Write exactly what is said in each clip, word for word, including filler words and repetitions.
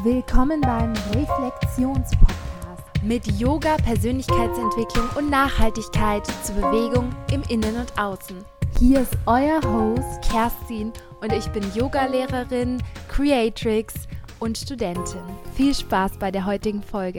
Willkommen beim Reflexionspodcast mit Yoga, Persönlichkeitsentwicklung und Nachhaltigkeit zur Bewegung im Innen und Außen. Hier ist euer Host Kerstin und ich bin Yogalehrerin, Creatrix und Studentin. Viel Spaß bei der heutigen Folge.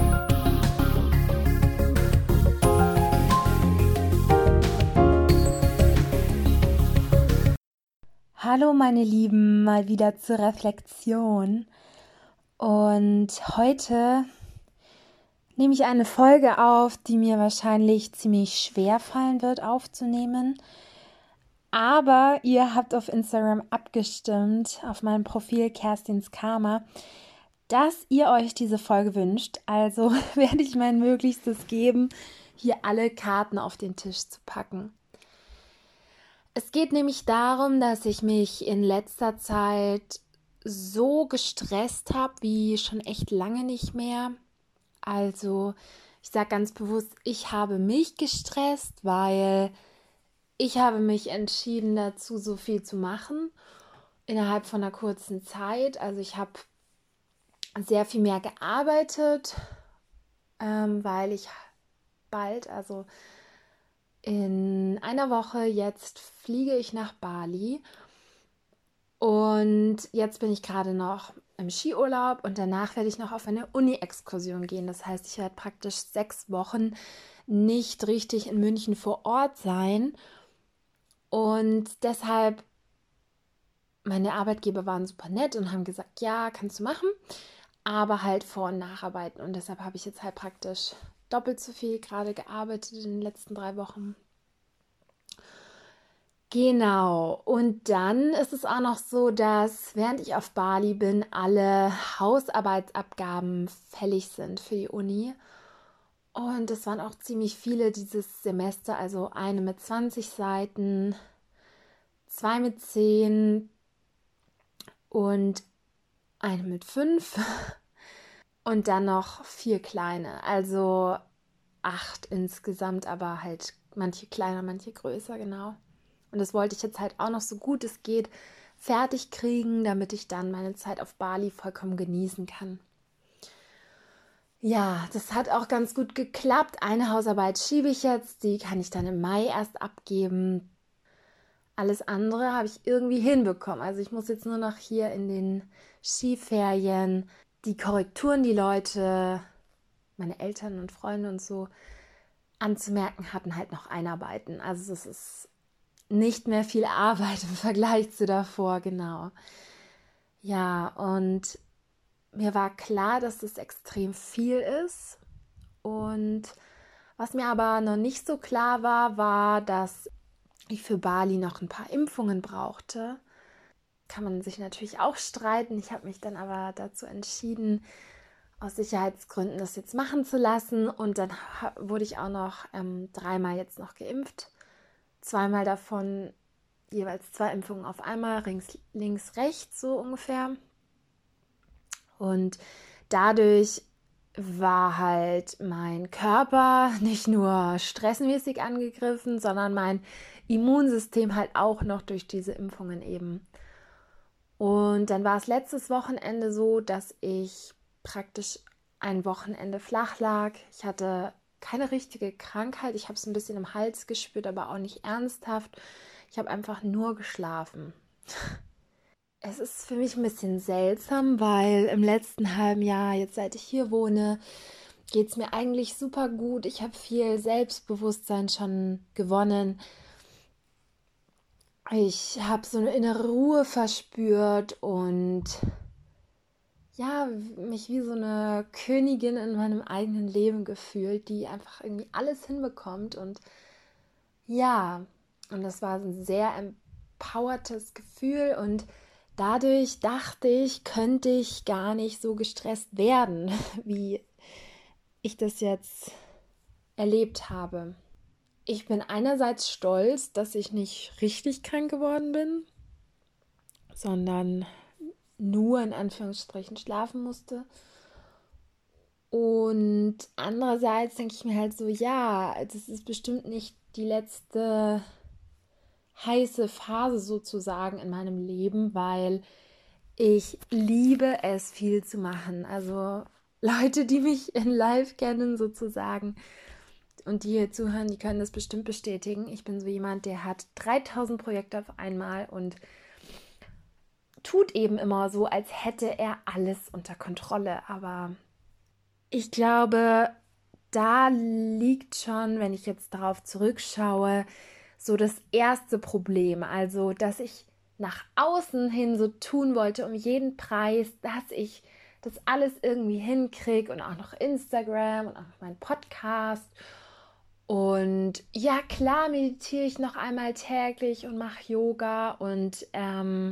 Hallo meine Lieben, mal wieder zur Reflexion. Und heute nehme ich eine Folge auf, die mir wahrscheinlich ziemlich schwer fallen wird aufzunehmen. Aber ihr habt auf Instagram abgestimmt, auf meinem Profil Kerstins Karma, dass ihr euch diese Folge wünscht. Also werde ich mein Möglichstes geben, hier alle Karten auf den Tisch zu packen. Es geht nämlich darum, dass ich mich in letzter Zeit so gestresst habe wie schon echt lange nicht mehr. Also ich sage ganz bewusst, ich habe mich gestresst, weil ich habe mich entschieden dazu, so viel zu machen innerhalb von einer kurzen Zeit. Also ich habe sehr viel mehr gearbeitet, ähm, weil ich bald, also in einer Woche jetzt fliege ich nach Bali und jetzt bin ich gerade noch im Skiurlaub und danach werde ich noch auf eine Uni-Exkursion gehen. Das heißt, ich werde praktisch sechs Wochen nicht richtig in München vor Ort sein und deshalb, meine Arbeitgeber waren super nett und haben gesagt, ja, kannst du machen, aber halt Vor- und Nacharbeiten und deshalb habe ich jetzt halt praktisch doppelt so viel gerade gearbeitet in den letzten drei Wochen. Genau, und dann ist es auch noch so, dass während ich auf Bali bin, alle Hausarbeitsabgaben fällig sind für die Uni. Und es waren auch ziemlich viele dieses Semester, also eine mit zwanzig Seiten, zwei mit zehn und eine mit fünf und dann noch vier kleine, also acht insgesamt, aber halt manche kleiner, manche größer, genau. Und das wollte ich jetzt halt auch noch so gut es geht fertig kriegen, damit ich dann meine Zeit auf Bali vollkommen genießen kann. Ja, das hat auch ganz gut geklappt. Eine Hausarbeit schiebe ich jetzt, die kann ich dann im Mai erst abgeben. Alles andere habe ich irgendwie hinbekommen. Also ich muss jetzt nur noch hier in den Skiferien die Korrekturen, die Leute, meine Eltern und Freunde und so anzumerken hatten, halt noch einarbeiten. Also es ist nicht mehr viel Arbeit im Vergleich zu davor, genau. Ja, und mir war klar, dass das extrem viel ist. Und was mir aber noch nicht so klar war, war, dass ich für Bali noch ein paar Impfungen brauchte. Kann man sich natürlich auch streiten. Ich habe mich dann aber dazu entschieden, aus Sicherheitsgründen das jetzt machen zu lassen. Und dann wurde ich auch noch ähm, dreimal jetzt noch geimpft. Zweimal davon jeweils zwei Impfungen auf einmal, links, links, rechts so ungefähr. Und dadurch war halt mein Körper nicht nur stressmäßig angegriffen, sondern mein Immunsystem halt auch noch durch diese Impfungen eben. Und dann war es letztes Wochenende so, dass ich praktisch ein Wochenende flach lag. Ich hatte keine richtige Krankheit. Ich habe es ein bisschen im Hals gespürt, aber auch nicht ernsthaft. Ich habe einfach nur geschlafen. Es ist für mich ein bisschen seltsam, weil im letzten halben Jahr, jetzt seit ich hier wohne, geht es mir eigentlich super gut. Ich habe viel Selbstbewusstsein schon gewonnen. Ich habe so eine innere Ruhe verspürt und ja, mich wie so eine Königin in meinem eigenen Leben gefühlt, die einfach irgendwie alles hinbekommt. Und ja, und das war ein sehr empowertes Gefühl und dadurch dachte ich, könnte ich gar nicht so gestresst werden, wie ich das jetzt erlebt habe. Ich bin einerseits stolz, dass ich nicht richtig krank geworden bin, sondern nur in Anführungsstrichen schlafen musste. Und andererseits denke ich mir halt so, ja, das ist bestimmt nicht die letzte heiße Phase sozusagen in meinem Leben, weil Ich liebe es, viel zu machen. Also Leute, die mich in Live kennen sozusagen und die hier zuhören, die können das bestimmt bestätigen. Ich bin so jemand, der hat dreitausend Projekte auf einmal und tut eben immer so, als hätte er alles unter Kontrolle. Aber ich glaube, da liegt schon, wenn ich jetzt darauf zurückschaue, so das erste Problem. Also, dass ich nach außen hin so tun wollte, um jeden Preis, dass ich das alles irgendwie hinkriege und auch noch Instagram und auch noch meinen Podcast. Und ja, klar meditiere ich noch einmal täglich und mache Yoga und ähm,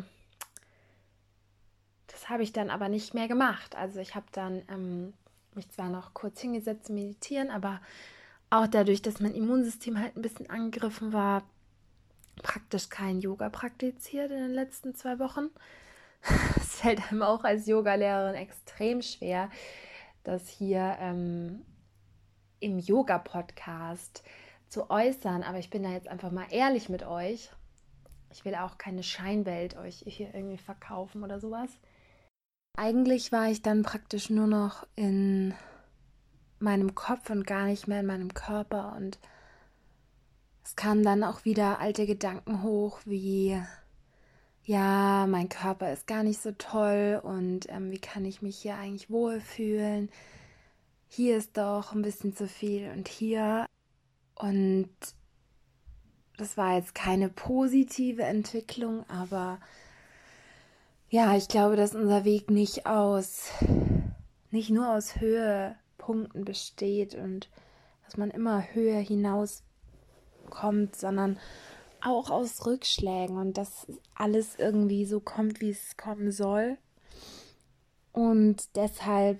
das habe ich dann aber nicht mehr gemacht. Also ich habe dann ähm, mich zwar noch kurz hingesetzt zu meditieren, aber auch dadurch, dass mein Immunsystem halt ein bisschen angegriffen war, praktisch kein Yoga praktiziert in den letzten zwei Wochen. Es fällt einem auch als Yogalehrerin extrem schwer, das hier ähm, im Yoga-Podcast zu äußern. Aber ich bin da jetzt einfach mal ehrlich mit euch. Ich will auch keine Scheinwelt euch hier irgendwie verkaufen oder sowas. Eigentlich war ich dann praktisch nur noch in meinem Kopf und gar nicht mehr in meinem Körper. Und es kamen dann auch wieder alte Gedanken hoch, wie, ja, mein Körper ist gar nicht so toll und ähm, wie kann ich mich hier eigentlich wohlfühlen? Hier ist doch ein bisschen zu viel und hier. Und das war jetzt keine positive Entwicklung, aber ja, ich glaube, dass unser Weg nicht aus, nicht nur aus Höhepunkten besteht und dass man immer höher hinaus kommt, sondern auch aus Rückschlägen und dass alles irgendwie so kommt, wie es kommen soll. Und deshalb,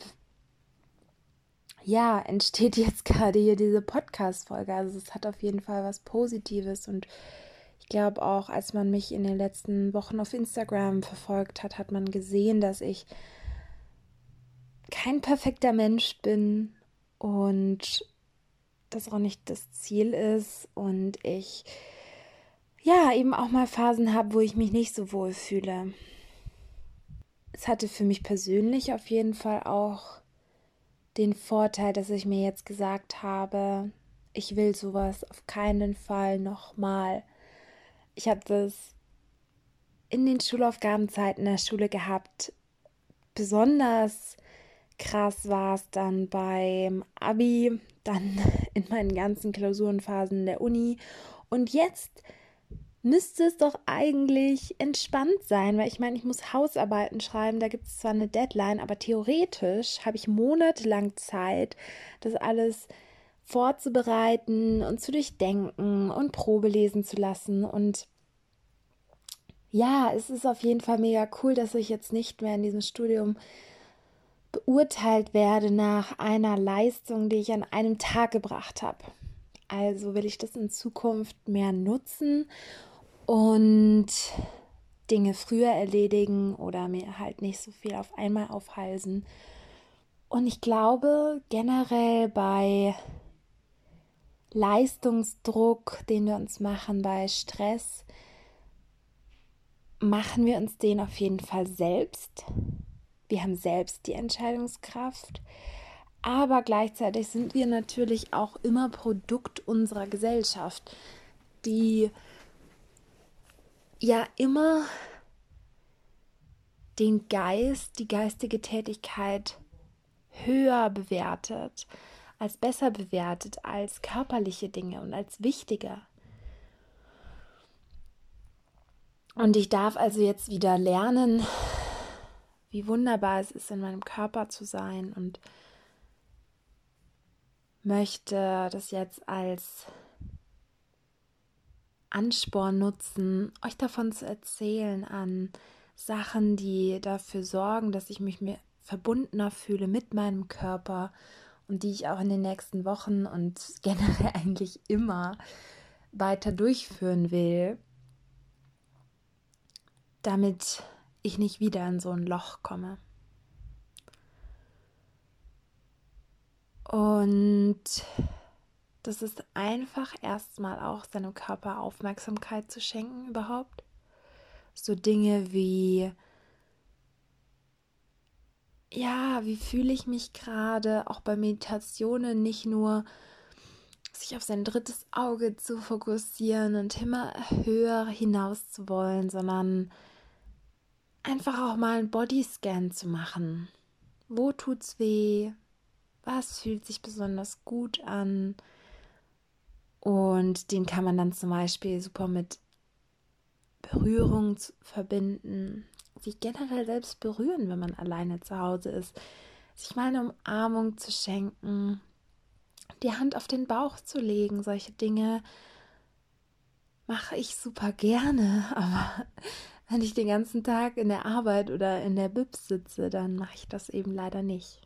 ja, entsteht jetzt gerade hier diese Podcast-Folge. Also es hat auf jeden Fall was Positives und ich glaube auch, als man mich in den letzten Wochen auf Instagram verfolgt hat, hat man gesehen, dass ich kein perfekter Mensch bin und das auch nicht das Ziel ist und ich ja eben auch mal Phasen habe, wo ich mich nicht so wohl fühle. Es hatte für mich persönlich auf jeden Fall auch den Vorteil, dass ich mir jetzt gesagt habe, ich will sowas auf keinen Fall nochmal. Ich habe das in den Schulaufgabenzeiten in der Schule gehabt. Besonders krass war es dann beim Abi, dann in meinen ganzen Klausurenphasen der Uni. Und jetzt müsste es doch eigentlich entspannt sein, weil ich meine, ich muss Hausarbeiten schreiben, da gibt es zwar eine Deadline, aber theoretisch habe ich monatelang Zeit, das alles vorzubereiten und zu durchdenken und Probe lesen zu lassen. Und ja, es ist auf jeden Fall mega cool, dass ich jetzt nicht mehr in diesem Studium beurteilt werde nach einer Leistung, die ich an einem Tag gebracht habe. Also will ich das in Zukunft mehr nutzen und Dinge früher erledigen oder mir halt nicht so viel auf einmal aufhalsen. Und ich glaube generell bei Leistungsdruck, den wir uns machen, bei Stress, machen wir uns den auf jeden Fall selbst. Wir haben selbst die Entscheidungskraft, aber gleichzeitig sind wir natürlich auch immer Produkt unserer Gesellschaft, die ja immer den Geist, die geistige Tätigkeit höher bewertet, als besser bewertet, als körperliche Dinge und als wichtiger. Und ich darf also jetzt wieder lernen, wie wunderbar es ist, in meinem Körper zu sein und möchte das jetzt als Ansporn nutzen, euch davon zu erzählen, an Sachen, die dafür sorgen, dass ich mich mehr verbundener fühle mit meinem Körper und die ich auch in den nächsten Wochen und generell eigentlich immer weiter durchführen will, damit ich nicht wieder in so ein Loch komme. Und das ist einfach erstmal auch seinem Körper Aufmerksamkeit zu schenken überhaupt. So Dinge wie ja, wie fühle ich mich gerade, auch bei Meditationen nicht nur sich auf sein drittes Auge zu fokussieren und immer höher hinaus zu wollen, sondern einfach auch mal einen Bodyscan zu machen. Wo tut's weh? Was fühlt sich besonders gut an? Und den kann man dann zum Beispiel super mit Berührung verbinden. Sich generell selbst berühren, wenn man alleine zu Hause ist. Sich mal eine Umarmung zu schenken. Die Hand auf den Bauch zu legen. Solche Dinge mache ich super gerne. Aber wenn ich den ganzen Tag in der Arbeit oder in der Bib sitze, dann mache ich das eben leider nicht.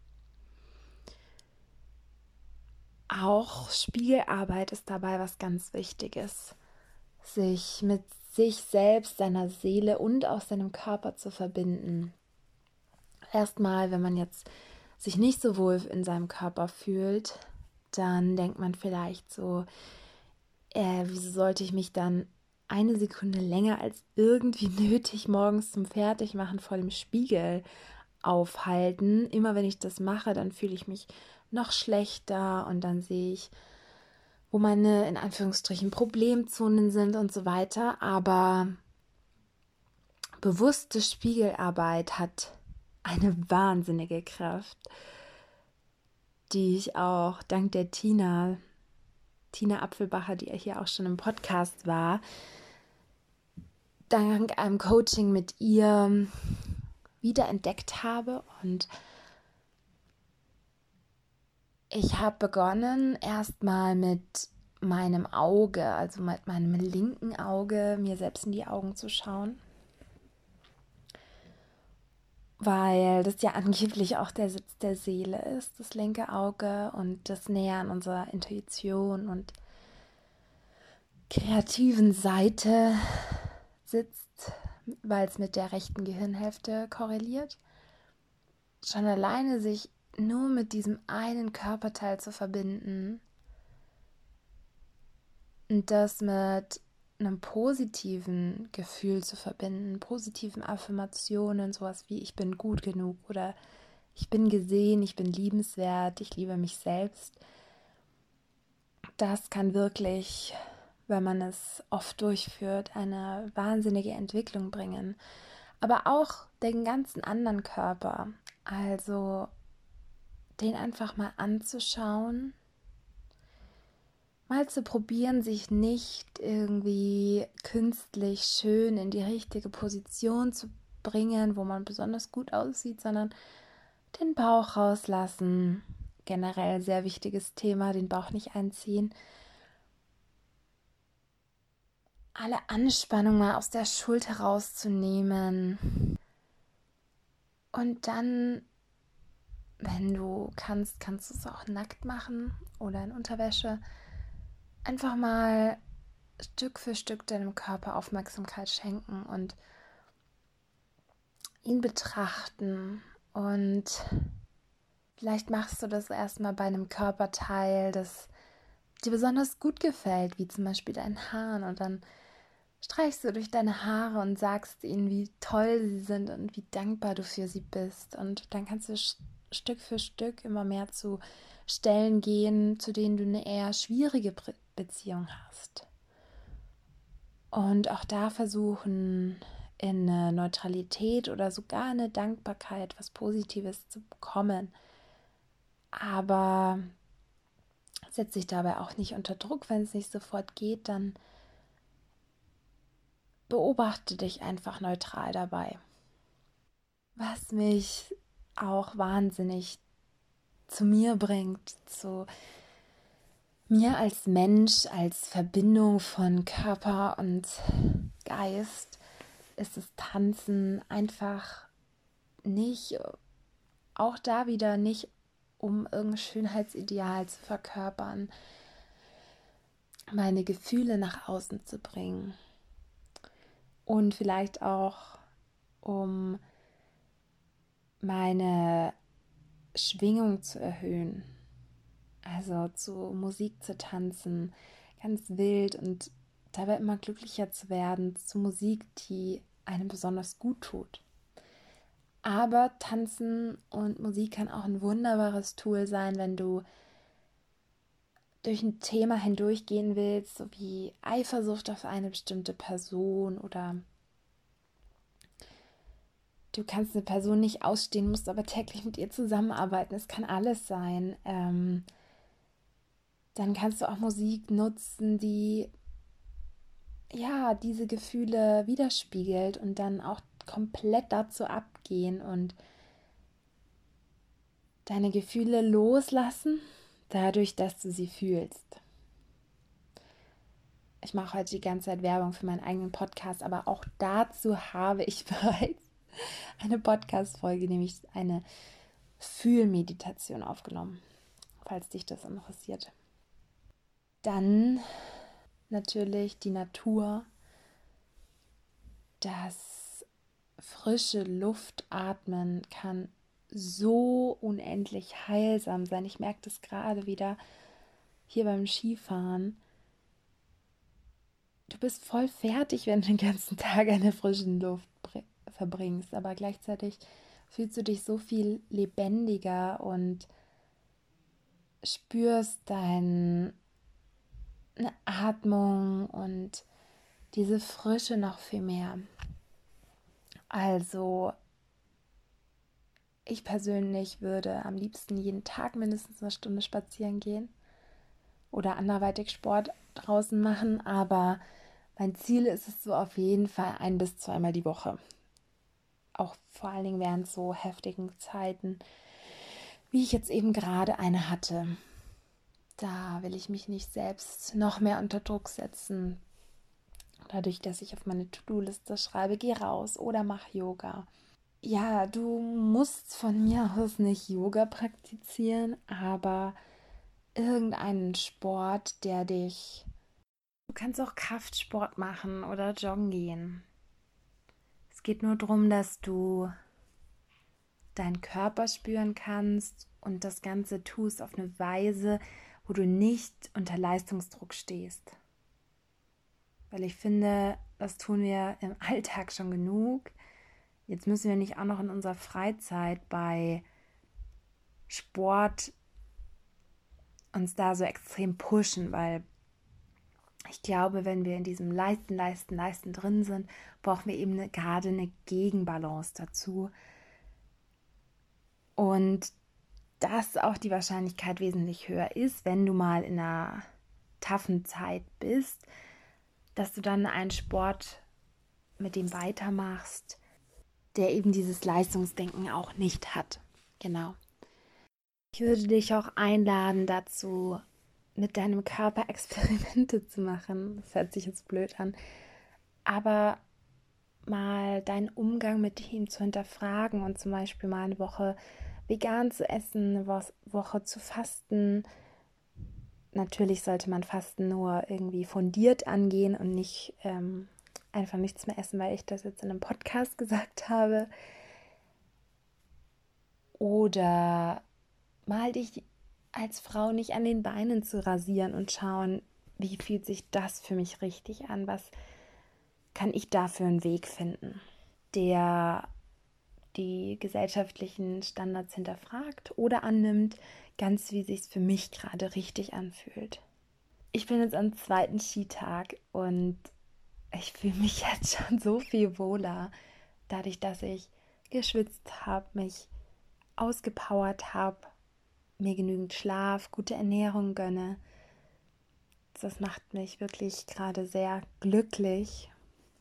Auch Spiegelarbeit ist dabei was ganz Wichtiges. Sich mit sich selbst, seiner Seele und auch seinem Körper zu verbinden. Erstmal, wenn man jetzt sich nicht so wohl in seinem Körper fühlt, dann denkt man vielleicht so, äh, wieso sollte ich mich dann eine Sekunde länger als irgendwie nötig morgens zum Fertigmachen vor dem Spiegel aufhalten. Immer wenn ich das mache, dann fühle ich mich noch schlechter und dann sehe ich, wo meine in Anführungsstrichen Problemzonen sind und so weiter. Aber bewusste Spiegelarbeit hat eine wahnsinnige Kraft, die ich auch dank der Tina, Tina Apfelbacher, die hier auch schon im Podcast war, dank einem Coaching mit ihr wiederentdeckt habe. Und ich habe begonnen, erstmal mit meinem Auge, also mit meinem linken Auge, mir selbst in die Augen zu schauen. Weil das ja angeblich auch der Sitz der Seele ist, das linke Auge, und das näher an unserer Intuition und kreativen Seite sitzt, weil es mit der rechten Gehirnhälfte korreliert. Schon alleine sich nur mit diesem einen Körperteil zu verbinden und das mit einem positiven Gefühl zu verbinden, positiven Affirmationen, sowas wie ich bin gut genug oder ich bin gesehen, ich bin liebenswert, ich liebe mich selbst. Das kann wirklich, wenn man es oft durchführt, eine wahnsinnige Entwicklung bringen. Aber auch den ganzen anderen Körper, also den einfach mal anzuschauen, mal zu probieren, sich nicht irgendwie künstlich schön in die richtige Position zu bringen, wo man besonders gut aussieht, sondern den Bauch rauslassen. Generell sehr wichtiges Thema, den Bauch nicht einziehen. Alle Anspannung mal aus der Schulter rauszunehmen. Und dann, wenn du kannst, kannst du es auch nackt machen oder in Unterwäsche. Einfach mal Stück für Stück deinem Körper Aufmerksamkeit schenken und ihn betrachten. Und vielleicht machst du das erstmal bei einem Körperteil, das dir besonders gut gefällt, wie zum Beispiel deinen Haaren. Und dann streichst du durch deine Haare und sagst ihnen, wie toll sie sind und wie dankbar du für sie bist. Und dann kannst du Stück für Stück immer mehr zu Stellen gehen, zu denen du eine eher schwierige Beziehung hast. Und auch da versuchen, in eine Neutralität oder sogar eine Dankbarkeit, was Positives zu bekommen. Aber setz dich dabei auch nicht unter Druck, wenn es nicht sofort geht, dann beobachte dich einfach neutral dabei. Was mich auch wahnsinnig zu mir bringt, zu mir als Mensch, als Verbindung von Körper und Geist, ist das Tanzen einfach nicht, auch da wieder nicht, um irgendein Schönheitsideal zu verkörpern, meine Gefühle nach außen zu bringen und vielleicht auch, um meine Schwingung zu erhöhen. Also zu Musik zu tanzen, ganz wild und dabei immer glücklicher zu werden, zu Musik, die einem besonders gut tut. Aber Tanzen und Musik kann auch ein wunderbares Tool sein, wenn du durch ein Thema hindurchgehen willst, so wie Eifersucht auf eine bestimmte Person, oder du kannst eine Person nicht ausstehen, musst aber täglich mit ihr zusammenarbeiten. Es kann alles sein. Ähm, dann kannst du auch Musik nutzen, die ja diese Gefühle widerspiegelt und dann auch komplett dazu abgehen und deine Gefühle loslassen, dadurch, dass du sie fühlst. Ich mache heute die ganze Zeit Werbung für meinen eigenen Podcast, aber auch dazu habe ich bereits eine Podcast-Folge, nämlich eine Fühlmeditation aufgenommen, falls dich das interessiert. Dann natürlich die Natur, das frische Luftatmen kann so unendlich heilsam sein. Ich merke das gerade wieder hier beim Skifahren. Du bist voll fertig, wenn du den ganzen Tag an der frischen Luft verbringst, aber gleichzeitig fühlst du dich so viel lebendiger und spürst deine Atmung und diese Frische noch viel mehr. Also ich persönlich würde am liebsten jeden Tag mindestens eine Stunde spazieren gehen oder anderweitig Sport draußen machen, aber mein Ziel ist es so auf jeden Fall ein bis zweimal die Woche. Auch vor allen Dingen während so heftigen Zeiten, wie ich jetzt eben gerade eine hatte. Da will ich mich nicht selbst noch mehr unter Druck setzen. Dadurch, dass ich auf meine To-Do-Liste schreibe, geh raus oder mach Yoga. Ja, du musst von mir aus nicht Yoga praktizieren, aber irgendeinen Sport, der dich... Du kannst auch Kraftsport machen oder joggen gehen. Es geht nur darum, dass du deinen Körper spüren kannst und das Ganze tust auf eine Weise, wo du nicht unter Leistungsdruck stehst. Weil ich finde, das tun wir im Alltag schon genug. Jetzt müssen wir nicht auch noch in unserer Freizeit bei Sport uns da so extrem pushen, weil ich glaube, wenn wir in diesem Leisten, Leisten, Leisten drin sind, brauchen wir eben eine, gerade eine Gegenbalance dazu. Und dass auch die Wahrscheinlichkeit wesentlich höher ist, wenn du mal in einer taffen Zeit bist, dass du dann einen Sport mit dem weitermachst, der eben dieses Leistungsdenken auch nicht hat. Genau. Ich würde dich auch einladen dazu, mit deinem Körper Experimente zu machen. Das hört sich jetzt blöd an. Aber mal deinen Umgang mit ihm zu hinterfragen und zum Beispiel mal eine Woche vegan zu essen, eine Woche zu fasten. Natürlich sollte man Fasten nur irgendwie fundiert angehen und nicht ähm, einfach nichts mehr essen, weil ich das jetzt in einem Podcast gesagt habe. Oder mal dich als Frau nicht an den Beinen zu rasieren und schauen, wie fühlt sich das für mich richtig an? Was kann ich da für einen Weg finden, der die gesellschaftlichen Standards hinterfragt oder annimmt, ganz wie sich es für mich gerade richtig anfühlt. Ich bin jetzt am zweiten Skitag und ich fühle mich jetzt schon so viel wohler, dadurch, dass ich geschwitzt habe, mich ausgepowert habe, mir genügend Schlaf, gute Ernährung gönne. Das macht mich wirklich gerade sehr glücklich.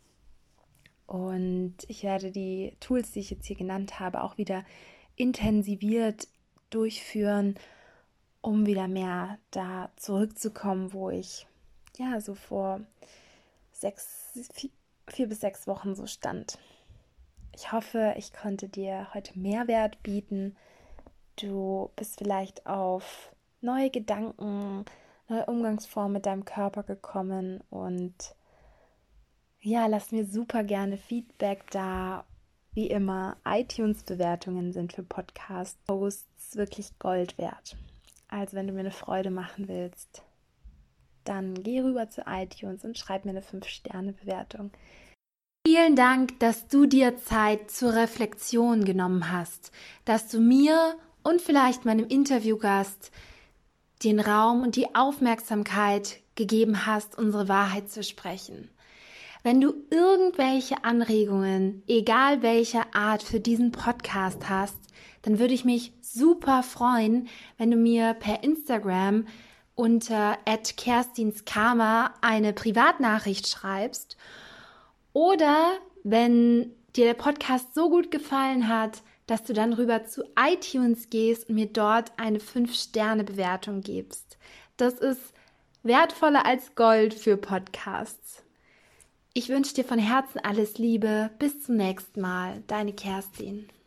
Und ich werde die Tools, die ich jetzt hier genannt habe, auch wieder intensiviert durchführen, um wieder mehr da zurückzukommen, wo ich ja so vor sechs, vier, vier bis sechs Wochen so stand. Ich hoffe, ich konnte dir heute Mehrwert bieten. Du bist vielleicht auf neue Gedanken, neue Umgangsformen mit deinem Körper gekommen und ja, lass mir super gerne Feedback da. Wie immer, iTunes-Bewertungen sind für Podcast-Posts wirklich Gold wert. Also wenn du mir eine Freude machen willst, dann geh rüber zu iTunes und schreib mir eine fünf Sterne Bewertung. Vielen Dank, dass du dir Zeit zur Reflexion genommen hast, dass du mir und vielleicht meinem Interviewgast den Raum und die Aufmerksamkeit gegeben hast, unsere Wahrheit zu sprechen. Wenn du irgendwelche Anregungen, egal welcher Art, für diesen Podcast hast, dann würde ich mich super freuen, wenn du mir per Instagram unter at kerstinskarma eine Privatnachricht schreibst oder wenn dir der Podcast so gut gefallen hat, dass du dann rüber zu iTunes gehst und mir dort eine fünf Sterne Bewertung gibst. Das ist wertvoller als Gold für Podcasts. Ich wünsche dir von Herzen alles Liebe. Bis zum nächsten Mal. Deine Kerstin.